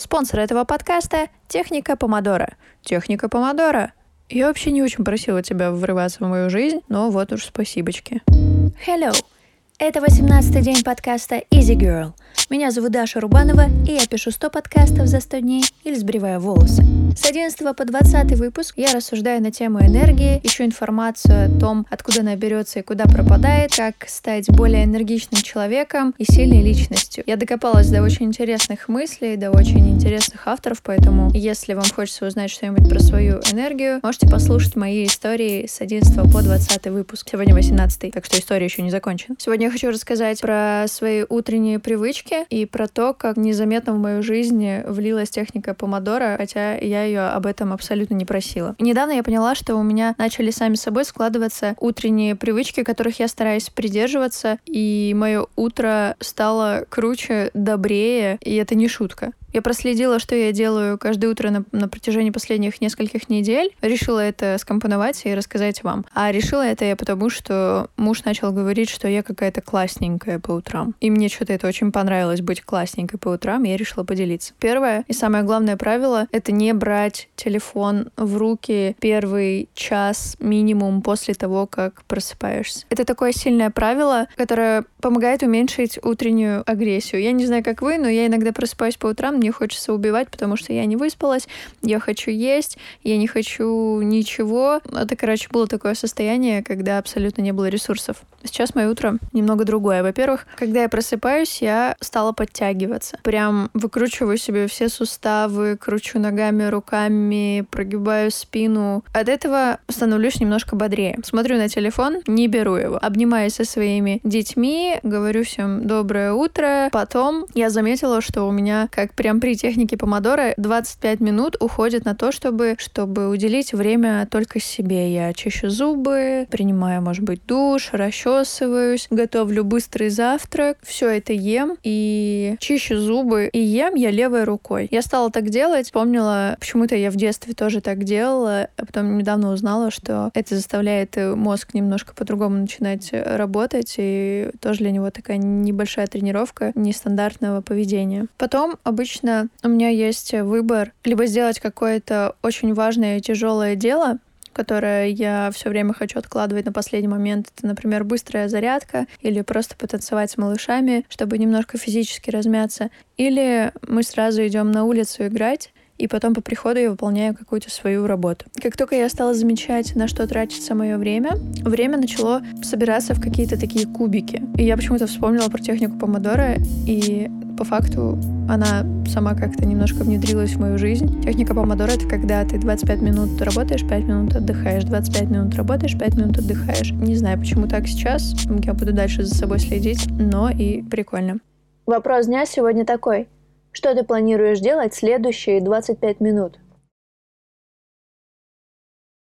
Спонсор этого подкаста — Техника Помодоро. Техника Помодоро. Я вообще не очень просила тебя врываться в мою жизнь, но вот уж спасибочки. Hello! Это 18-й день подкаста Easy Girl. Меня зовут Даша Рубанова, и я пишу 100 подкастов за 100 дней или сбриваю волосы. С 11 по 20 выпуск я рассуждаю на тему энергии, ищу информацию о том, откуда она берется и куда пропадает, как стать более энергичным человеком и сильной личностью. Я докопалась до очень интересных мыслей, до очень интересных авторов, поэтому если вам хочется узнать что-нибудь про свою энергию, можете послушать мои истории с 11 по 20 выпуск. Сегодня 18, так что история еще не закончена. Сегодня я хочу рассказать про свои утренние привычки и про то, как незаметно в мою жизнь влилась техника Помодоро, хотя я ее об этом абсолютно не просила. Недавно я поняла, что у меня начали сами собой складываться утренние привычки, которых я стараюсь придерживаться, и мое утро стало круче, добрее, и это не шутка. Я проследила, что я делаю каждое утро на протяжении последних нескольких недель. Решила это скомпоновать и рассказать вам. А решила это я потому, что муж начал говорить, что я какая-то классненькая по утрам. И мне что-то это очень понравилось, быть классненькой по утрам, и я решила поделиться. Первое и самое главное правило — это не брать телефон в руки первый час минимум после того, как просыпаешься. Это такое сильное правило, которое помогает уменьшить утреннюю агрессию. Я не знаю, как вы, но я иногда просыпаюсь по утрам, мне хочется убивать, потому что я не выспалась, я хочу есть, я не хочу ничего. Это, короче, было такое состояние, когда абсолютно не было ресурсов. Сейчас мое утро немного другое. Во-первых, когда я просыпаюсь, я стала подтягиваться. Прям выкручиваю себе все суставы, кручу ногами, руками, прогибаю спину. От этого становлюсь немножко бодрее. Смотрю на телефон, не беру его. Обнимаюсь со своими детьми, говорю всем доброе утро. Потом я заметила, что у меня, как прям при технике Помодоро, 25 минут уходит на то, чтобы уделить время только себе. Я чищу зубы, принимаю, может быть, душ, расчесываюсь, готовлю быстрый завтрак, все это ем и чищу зубы. И ем я левой рукой. Я стала так делать, вспомнила, почему-то я в детстве тоже так делала, а потом недавно узнала, что это заставляет мозг немножко по-другому начинать работать, и тоже для него такая небольшая тренировка нестандартного поведения. Потом обычно у меня есть выбор либо сделать какое-то очень важное и тяжелое дело, которое я все время хочу откладывать на последний момент. Это, например, быстрая зарядка или просто потанцевать с малышами, чтобы немножко физически размяться. Или мы сразу идем на улицу играть, и потом по приходу я выполняю какую-то свою работу. Как только я стала замечать, на что тратится мое время начало собираться в какие-то такие кубики. И я почему-то вспомнила про технику Помодоро, и по факту она сама как-то немножко внедрилась в мою жизнь. Техника Помодоро — это когда ты 25 минут работаешь, 5 минут отдыхаешь, 25 минут работаешь, 5 минут отдыхаешь. Не знаю, почему так сейчас. Я буду дальше за собой следить, но и прикольно. Вопрос дня сегодня такой. Что ты планируешь делать следующие 25 минут?